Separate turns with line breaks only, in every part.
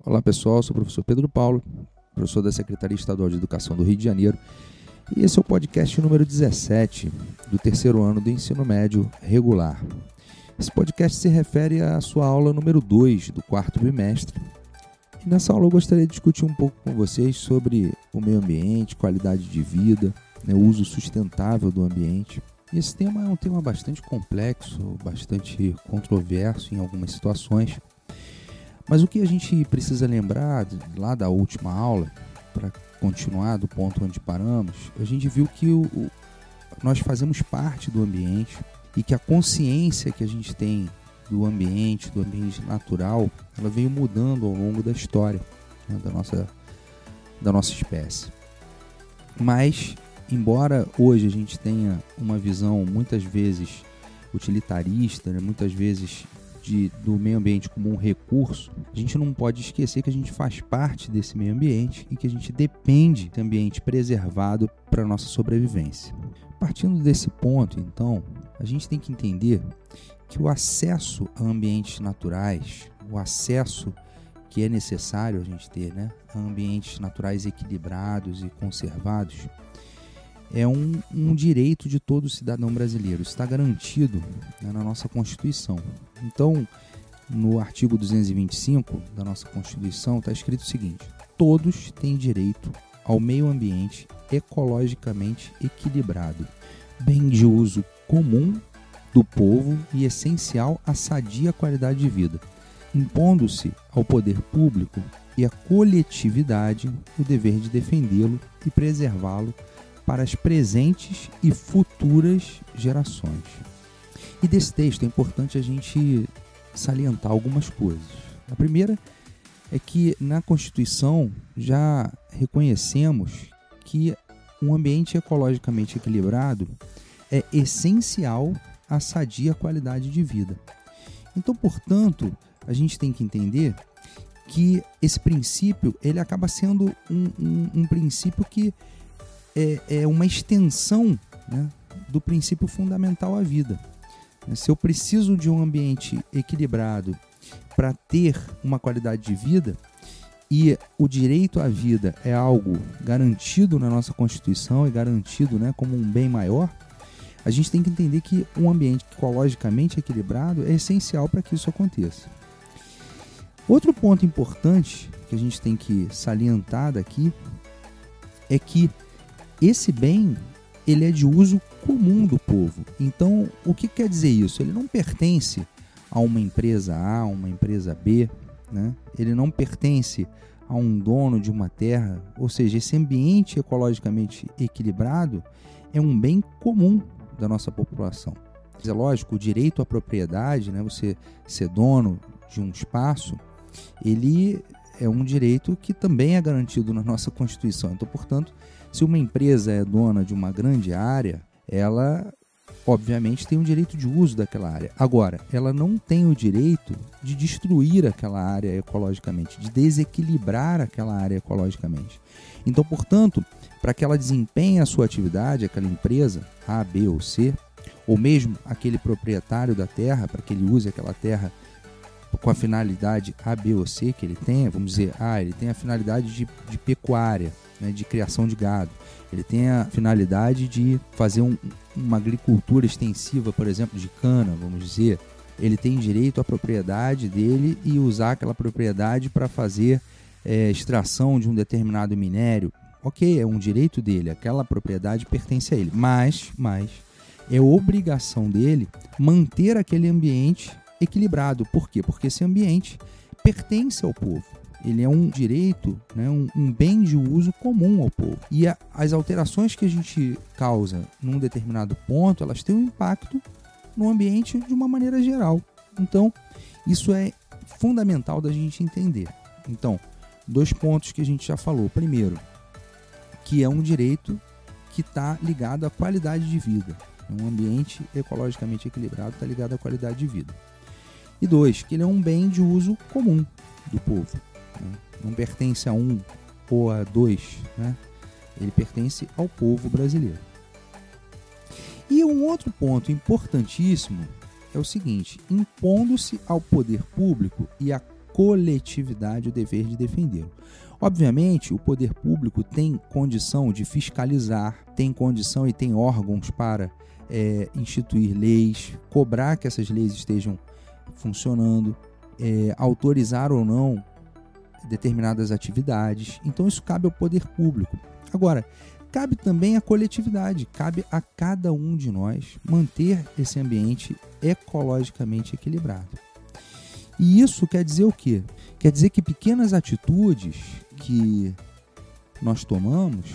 Olá pessoal, sou o professor Pedro Paulo, professor da Secretaria Estadual de Educação do Rio de Janeiro, e esse é o podcast número 17 do terceiro ano do ensino médio regular. Esse podcast se refere à sua aula número 2 do quarto bimestre. E nessa aula eu gostaria de discutir um pouco com vocês sobre o meio ambiente, qualidade de vida, o uso sustentável do ambiente. E esse tema é um tema bastante complexo, bastante controverso em algumas situações. Mas o que a gente precisa lembrar lá da última aula, para continuar do ponto onde paramos, a gente viu que nós fazemos parte do ambiente e que a consciência que a gente tem do ambiente natural, ela veio mudando ao longo da história, né, da nossa espécie. Mas, embora hoje a gente tenha uma visão muitas vezes utilitarista, né, muitas vezes do meio ambiente como um recurso, a gente não pode esquecer que a gente faz parte desse meio ambiente e que a gente depende desse ambiente preservado para a nossa sobrevivência. Partindo desse ponto, então, a gente tem que entender que o acesso a ambientes naturais, o acesso que é necessário a gente ter, né, a ambientes naturais equilibrados e conservados, é um direito de todo cidadão brasileiro. Isso está garantido, né, na nossa Constituição. Então, no artigo 225 da nossa Constituição, está escrito o seguinte: todos têm direito ao meio ambiente ecologicamente equilibrado, bem de uso comum do povo e essencial à sadia qualidade de vida, impondo-se ao poder público e à coletividade o dever de defendê-lo e preservá-lo para as presentes e futuras gerações. E desse texto é importante a gente salientar algumas coisas. A primeira é que na Constituição já reconhecemos que um ambiente ecologicamente equilibrado é essencial à sadia qualidade de vida. Então, portanto, a gente tem que entender que esse princípio ele acaba sendo um princípio que é uma extensão, né, do princípio fundamental à vida. Se eu preciso de um ambiente equilibrado para ter uma qualidade de vida, e o direito à vida é algo garantido na nossa Constituição, é garantido, né, como um bem maior, a gente tem que entender que um ambiente ecologicamente equilibrado é essencial para que isso aconteça. Outro ponto importante que a gente tem que salientar daqui é que esse bem, ele é de uso comum do povo. Então, o que quer dizer isso? Ele não pertence a uma empresa A, a uma empresa B, né? Ele não pertence a um dono de uma terra. Ou seja, esse ambiente ecologicamente equilibrado é um bem comum da nossa população. É lógico, o direito à propriedade, né? Você ser dono de um espaço, ele é um direito que também é garantido na nossa Constituição. Então, portanto, se uma empresa é dona de uma grande área, ela, obviamente, tem o direito de uso daquela área. Agora, ela não tem o direito de destruir aquela área ecologicamente, de desequilibrar aquela área ecologicamente. Então, portanto, para que ela desempenhe a sua atividade, aquela empresa A, B ou C, ou mesmo aquele proprietário da terra, para que ele use aquela terra com a finalidade A, B ou C que ele tenha, vamos dizer, ele tem a finalidade de pecuária, né, de criação de gado. Ele tem a finalidade de fazer uma agricultura extensiva, por exemplo, de cana, vamos dizer. Ele tem direito à propriedade dele e usar aquela propriedade para fazer extração de um determinado minério. Ok, é um direito dele, aquela propriedade pertence a ele. Mas é obrigação dele manter aquele ambiente equilibrado. Por quê? Porque esse ambiente pertence ao povo. Ele é um direito, né, um bem de uso comum ao povo. E as alterações que a gente causa num determinado ponto, elas têm um impacto no ambiente de uma maneira geral. Então, isso é fundamental da gente entender. Então, 2 pontos que a gente já falou. Primeiro, que é um direito que está ligado à qualidade de vida. Um ambiente ecologicamente equilibrado está ligado à qualidade de vida. E 2, que ele é um bem de uso comum do povo. Não pertence a um ou a 2, né? Ele pertence ao povo brasileiro. E um outro ponto importantíssimo é o seguinte: impondo-se ao poder público e à coletividade o dever de defendê-lo. Obviamente, o poder público tem condição de fiscalizar, tem condição e tem órgãos para instituir leis, cobrar que essas leis estejam funcionando, autorizar ou não determinadas atividades. Então isso cabe ao poder público. Agora, cabe também à coletividade, cabe a cada um de nós manter esse ambiente ecologicamente equilibrado. E isso quer dizer o quê? Quer dizer que pequenas atitudes que nós tomamos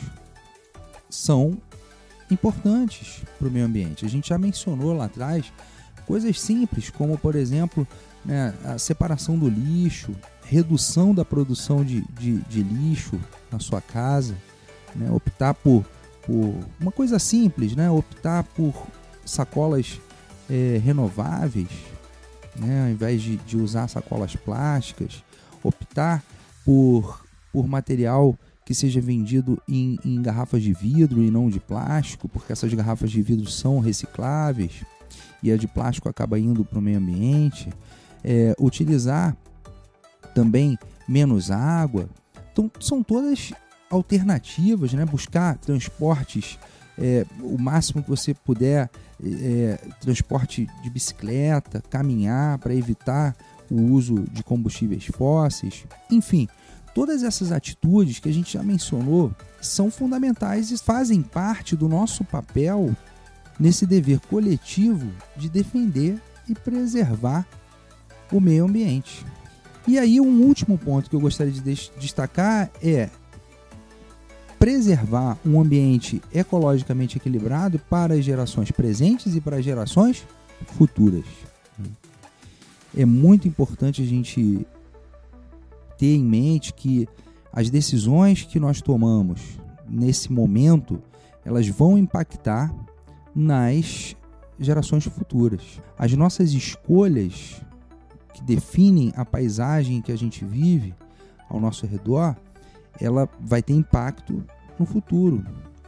são importantes para o meio ambiente. A gente já mencionou lá atrás coisas simples, como, por exemplo, a separação do lixo, redução da produção de lixo na sua casa, optar por uma coisa simples, optar por sacolas renováveis, ao invés de usar sacolas plásticas, optar por material que seja vendido em garrafas de vidro e não de plástico, porque essas garrafas de vidro são recicláveis e a de plástico acaba indo para o meio ambiente. Utilizar também menos água. Então, são todas alternativas, buscar transportes, o máximo que você puder, transporte de bicicleta, caminhar para evitar o uso de combustíveis fósseis. Enfim, todas essas atitudes que a gente já mencionou são fundamentais e fazem parte do nosso papel nesse dever coletivo de defender e preservar o meio ambiente. E aí, um último ponto que eu gostaria de destacar é preservar um ambiente ecologicamente equilibrado para as gerações presentes e para as gerações futuras. É muito importante a gente ter em mente que as decisões que nós tomamos nesse momento, elas vão impactar nas gerações futuras. As nossas escolhas que definem a paisagem que a gente vive ao nosso redor, ela vai ter impacto no futuro.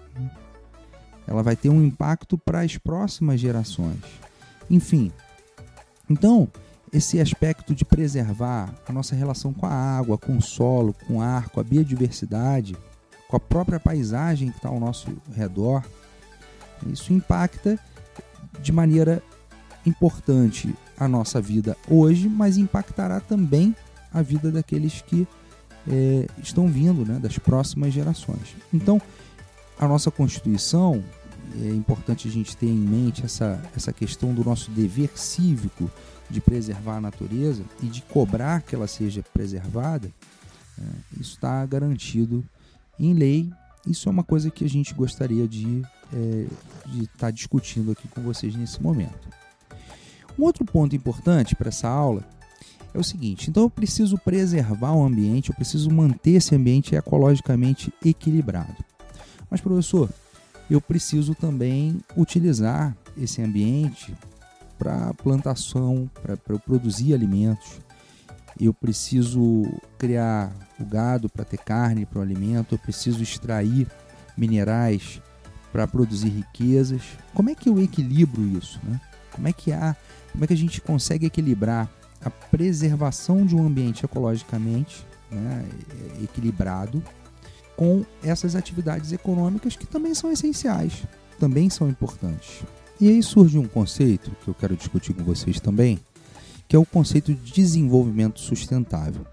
Ela vai ter um impacto para as próximas gerações. Enfim, então, esse aspecto de preservar a nossa relação com a água, com o solo, com o ar, com a biodiversidade, com a própria paisagem que está ao nosso redor, isso impacta de maneira importante a nossa vida hoje, mas impactará também a vida daqueles que estão vindo, das próximas gerações. Então, a nossa Constituição, é importante a gente ter em mente essa questão do nosso dever cívico de preservar a natureza e de cobrar que ela seja preservada. Isso está garantido em lei. Isso é uma coisa que a gente gostaria de estar discutindo aqui com vocês nesse momento. Um outro ponto importante para essa aula é o seguinte: então eu preciso preservar o ambiente, eu preciso manter esse ambiente ecologicamente equilibrado. Mas, professor, eu preciso também utilizar esse ambiente para plantação, para eu produzir alimentos. Eu preciso criar o gado para ter carne para o alimento, eu preciso extrair minerais para produzir riquezas. Como é que eu equilibro isso, Como é que a gente consegue equilibrar a preservação de um ambiente ecologicamente equilibrado com essas atividades econômicas que também são essenciais, também são importantes? E aí surge um conceito que eu quero discutir com vocês também, que é o conceito de desenvolvimento sustentável.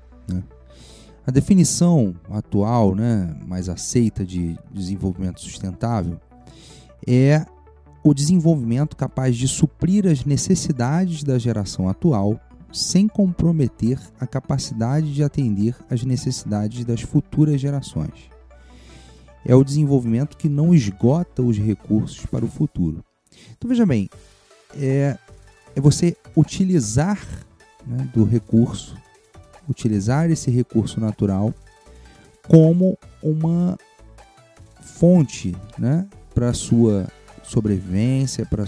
A definição atual, mais aceita de desenvolvimento sustentável é o desenvolvimento capaz de suprir as necessidades da geração atual sem comprometer a capacidade de atender às necessidades das futuras gerações. É o desenvolvimento que não esgota os recursos para o futuro. Então, veja bem, é você utilizar do recurso, utilizar esse recurso natural como uma fonte para a sua sobrevivência, para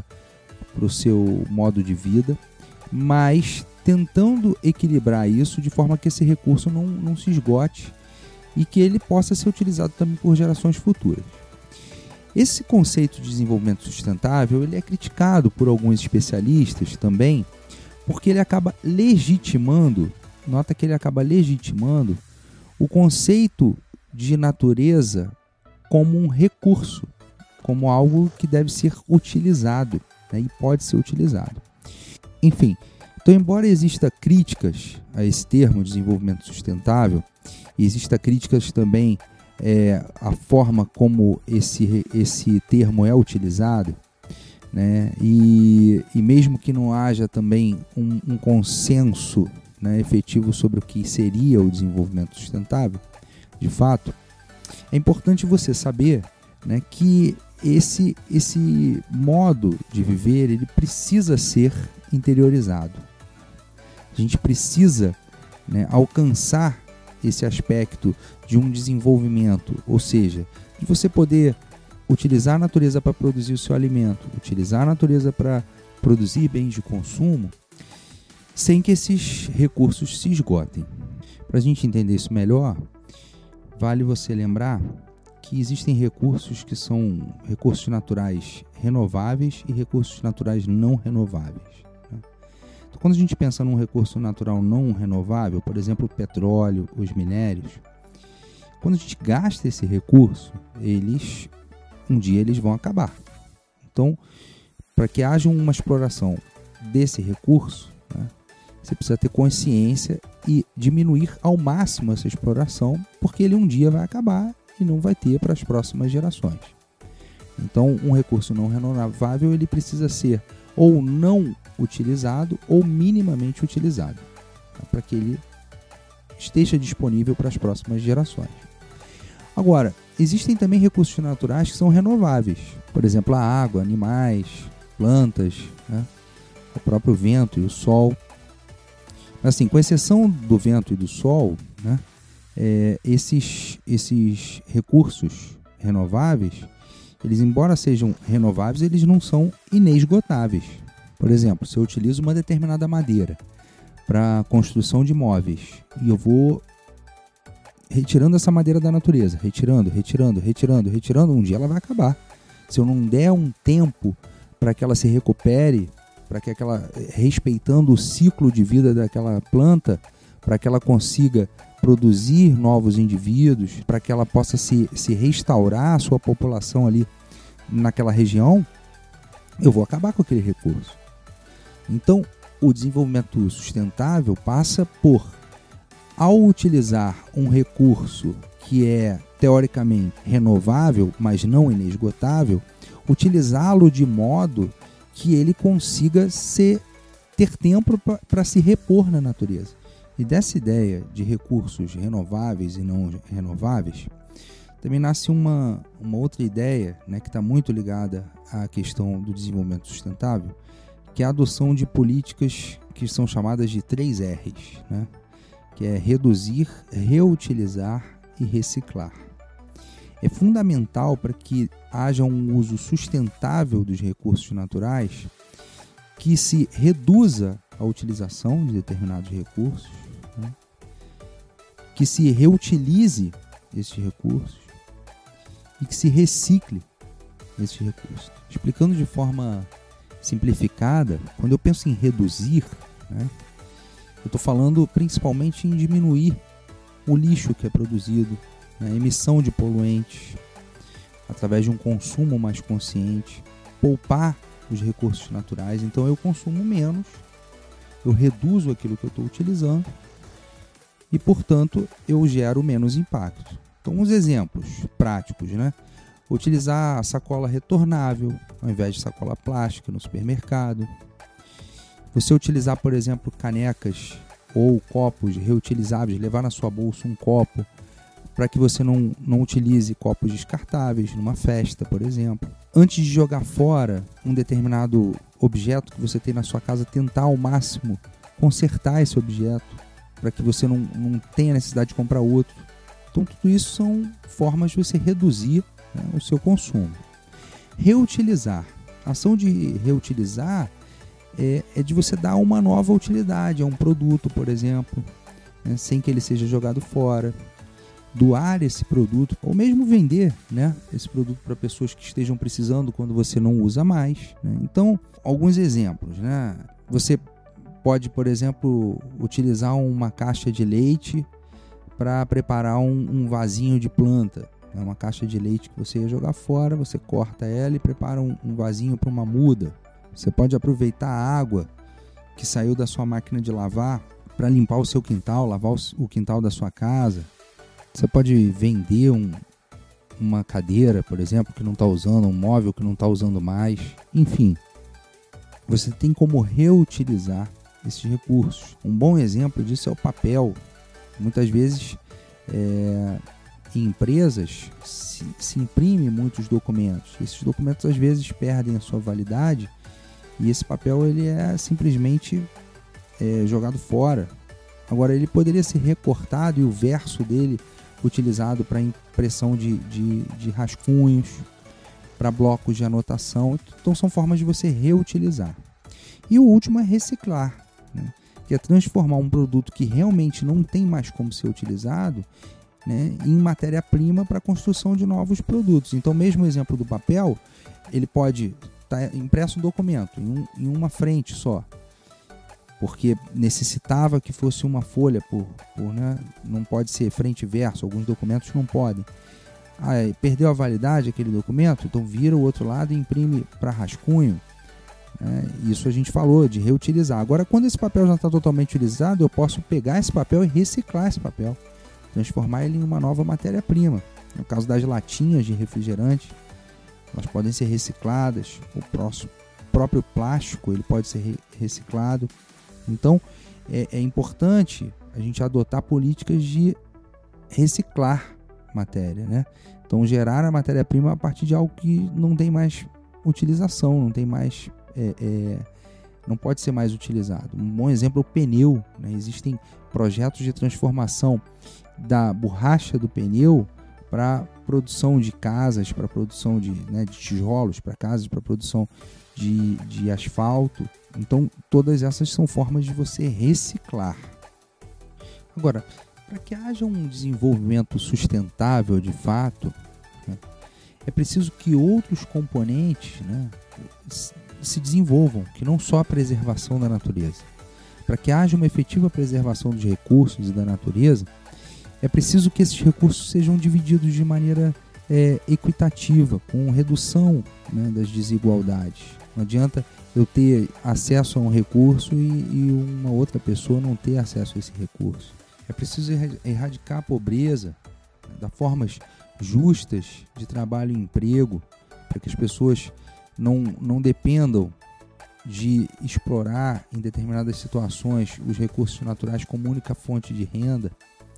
o seu modo de vida, mas tentando equilibrar isso de forma que esse recurso não se esgote e que ele possa ser utilizado também por gerações futuras. Esse conceito de desenvolvimento sustentável ele é criticado por alguns especialistas também, porque ele acaba legitimando nota que ele acaba legitimando o conceito de natureza como um recurso, como algo que deve ser utilizado, né, e pode ser utilizado. Enfim, então, embora exista críticas a esse termo, desenvolvimento sustentável, e exista críticas também à forma como esse termo é utilizado, né, e mesmo que não haja também um consenso, né, efetivo sobre o que seria o desenvolvimento sustentável, de fato, é importante você saber, né, que esse modo de viver ele precisa ser interiorizado. A gente precisa, né, alcançar esse aspecto de um desenvolvimento, ou seja, de você poder utilizar a natureza para produzir o seu alimento, utilizar a natureza para produzir bens de consumo, sem que esses recursos se esgotem. Para a gente entender isso melhor, vale você lembrar que existem recursos que são recursos naturais renováveis e recursos naturais não renováveis, né? Então, quando a gente pensa num recurso natural não renovável, por exemplo, o petróleo, os minérios, quando a gente gasta esse recurso, um dia eles vão acabar. Então, para que haja uma exploração desse recurso, né, você precisa ter consciência e diminuir ao máximo essa exploração, porque ele um dia vai acabar e não vai ter para as próximas gerações. Então, um recurso não renovável ele precisa ser ou não utilizado ou minimamente utilizado, tá, para que ele esteja disponível para as próximas gerações. Agora, existem também recursos naturais que são renováveis, por exemplo, a água, animais, plantas, né, o próprio vento e o sol. Mas, assim, com exceção do vento e do sol, né, esses recursos renováveis, eles, embora sejam renováveis, eles não são inesgotáveis. Por exemplo, se eu utilizo uma determinada madeira para construção de móveis e eu vou retirando essa madeira da natureza, retirando, um dia ela vai acabar. Se eu não der um tempo para que ela se recupere, para que respeitando o ciclo de vida daquela planta, para que ela consiga produzir novos indivíduos, para que ela possa se restaurar a sua população ali naquela região, eu vou acabar com aquele recurso. Então, o desenvolvimento sustentável passa por, ao utilizar um recurso que é teoricamente renovável, mas não inesgotável, utilizá-lo de modo que ele consiga ter tempo para se repor na natureza. E dessa ideia de recursos renováveis e não renováveis, também nasce uma outra ideia, né, que está muito ligada à questão do desenvolvimento sustentável, que é a adoção de políticas que são chamadas de 3 R's, né, que é reduzir, reutilizar e reciclar. É fundamental para que haja um uso sustentável dos recursos naturais, que se reduza a utilização de determinados recursos, né, que se reutilize esses recursos e que se recicle esses recursos. Explicando de forma simplificada, quando eu penso em reduzir, né, eu estou falando principalmente em diminuir o lixo que é produzido, né, a emissão de poluentes, através de um consumo mais consciente, poupar os recursos naturais. Então eu consumo menos, eu reduzo aquilo que eu estou utilizando e, portanto, eu gero menos impacto. Então, uns exemplos práticos, né? Utilizar a sacola retornável ao invés de sacola plástica no supermercado. Você utilizar, por exemplo, canecas ou copos reutilizáveis, levar na sua bolsa um copo para que você não utilize copos descartáveis numa festa, por exemplo. Antes de jogar fora um determinado objeto que você tem na sua casa, tentar ao máximo consertar esse objeto para que você não tenha necessidade de comprar outro. Então, tudo isso são formas de você reduzir, né, o seu consumo. Reutilizar. A ação de reutilizar é de você dar uma nova utilidade a um produto, por exemplo, né, sem que ele seja jogado fora. Doar esse produto, ou mesmo vender, né, esse produto para pessoas que estejam precisando quando você não usa mais, né? Então, alguns exemplos, né? Você pode, por exemplo, utilizar uma caixa de leite para preparar um vasinho de planta. É uma caixa de leite que você ia jogar fora, você corta ela e prepara um vasinho para uma muda. Você pode aproveitar a água que saiu da sua máquina de lavar para limpar o seu quintal, lavar o quintal da sua casa. Você pode vender uma cadeira, por exemplo, que não está usando, um móvel que não está usando mais. Enfim, você tem como reutilizar esses recursos. Um bom exemplo disso é o papel. Muitas vezes, em empresas, se imprime muitos documentos. Esses documentos, às vezes, perdem a sua validade e esse papel ele é simplesmente jogado fora. Agora, ele poderia ser recortado e o verso dele utilizado para impressão de rascunhos, para blocos de anotação. Então, são formas de você reutilizar. E o último é reciclar, né? Que é transformar um produto que realmente não tem mais como ser utilizado, né, em matéria-prima para a construção de novos produtos. Então, mesmo o exemplo do papel, ele pode estar impresso um documento em uma frente só, porque necessitava que fosse uma folha né, não pode ser frente e verso, alguns documentos não podem. Perdeu a validade aquele documento, então vira o outro lado e imprime para rascunho. Isso a gente falou de reutilizar. Agora, quando esse papel já está totalmente utilizado, eu posso pegar esse papel e reciclar esse papel, transformar ele em uma nova matéria-prima. No caso das latinhas de refrigerante, elas podem ser recicladas. O próprio plástico ele pode ser reciclado. Então, é importante a gente adotar políticas de reciclar matéria, né? Então, gerar a matéria-prima a partir de algo que não tem mais utilização, não tem mais, não pode ser mais utilizado. Um bom exemplo é o pneu, né? Existem projetos de transformação da borracha do pneu para produção de casas, para produção de tijolos para casas, para produção de asfalto. Então, todas essas são formas de você reciclar. Agora, para que haja um desenvolvimento sustentável de fato, né, é preciso que outros componentes, né, se desenvolvam, que não só a preservação da natureza. Para que haja uma efetiva preservação dos recursos e da natureza, é preciso que esses recursos sejam divididos de maneira equitativa, com redução, né, das desigualdades. Não adianta eu ter acesso a um recurso e uma outra pessoa não ter acesso a esse recurso. É preciso erradicar a pobreza, né, dar formas justas de trabalho e emprego, para que as pessoas não dependam de explorar em determinadas situações os recursos naturais como única fonte de renda.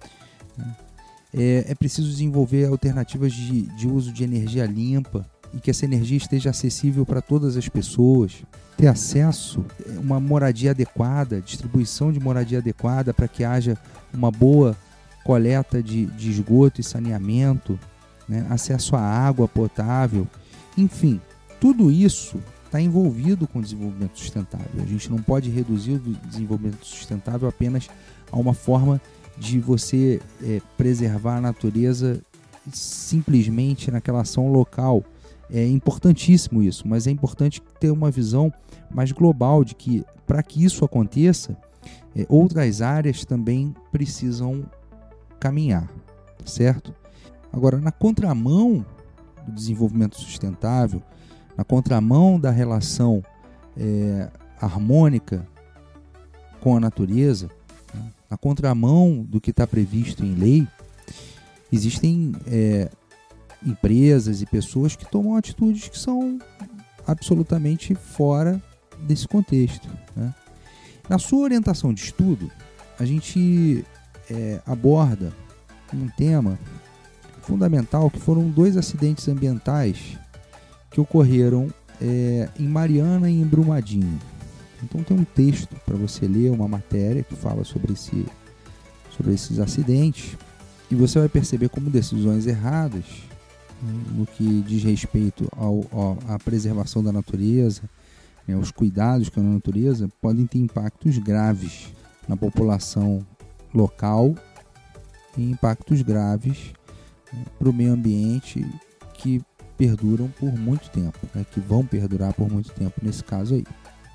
É preciso desenvolver alternativas de uso de energia limpa e que essa energia esteja acessível para todas as pessoas. Ter acesso a uma moradia adequada, distribuição de moradia adequada para que haja uma boa coleta de esgoto e saneamento, né? Acesso à água potável. Enfim, tudo isso está envolvido com o desenvolvimento sustentável. A gente não pode reduzir o desenvolvimento sustentável apenas a uma forma de você preservar a natureza simplesmente naquela ação local. É importantíssimo isso, mas é importante ter uma visão mais global de que, para que isso aconteça, outras áreas também precisam caminhar, certo? Agora, na contramão do desenvolvimento sustentável, na contramão da relação harmônica com a natureza, né, na contramão do que está previsto em lei, existem empresas e pessoas que tomam atitudes que são absolutamente fora desse contexto, né? Na sua orientação de estudo, a gente aborda um tema fundamental, que foram 2 acidentes ambientais que ocorreram em Mariana e em Brumadinho. Então tem um texto para você ler, uma matéria que fala sobre esses acidentes, e você vai perceber como decisões erradas, no que diz respeito à preservação da natureza, né, os cuidados com a natureza, podem ter impactos graves na população local e impactos graves, né, para o meio ambiente, que perduram por muito tempo, né, que vão perdurar por muito tempo nesse caso aí.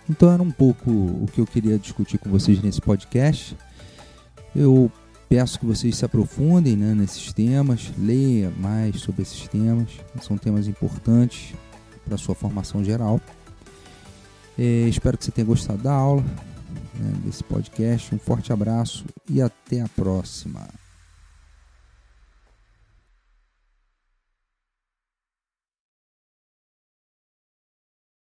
Então era um pouco o que eu queria discutir com vocês nesse podcast. Eu peço que vocês se aprofundem, né, nesses temas, leiam mais sobre esses temas, são temas importantes para a sua formação geral. Espero que você tenha gostado da aula, né, desse podcast. Um forte abraço e até a próxima.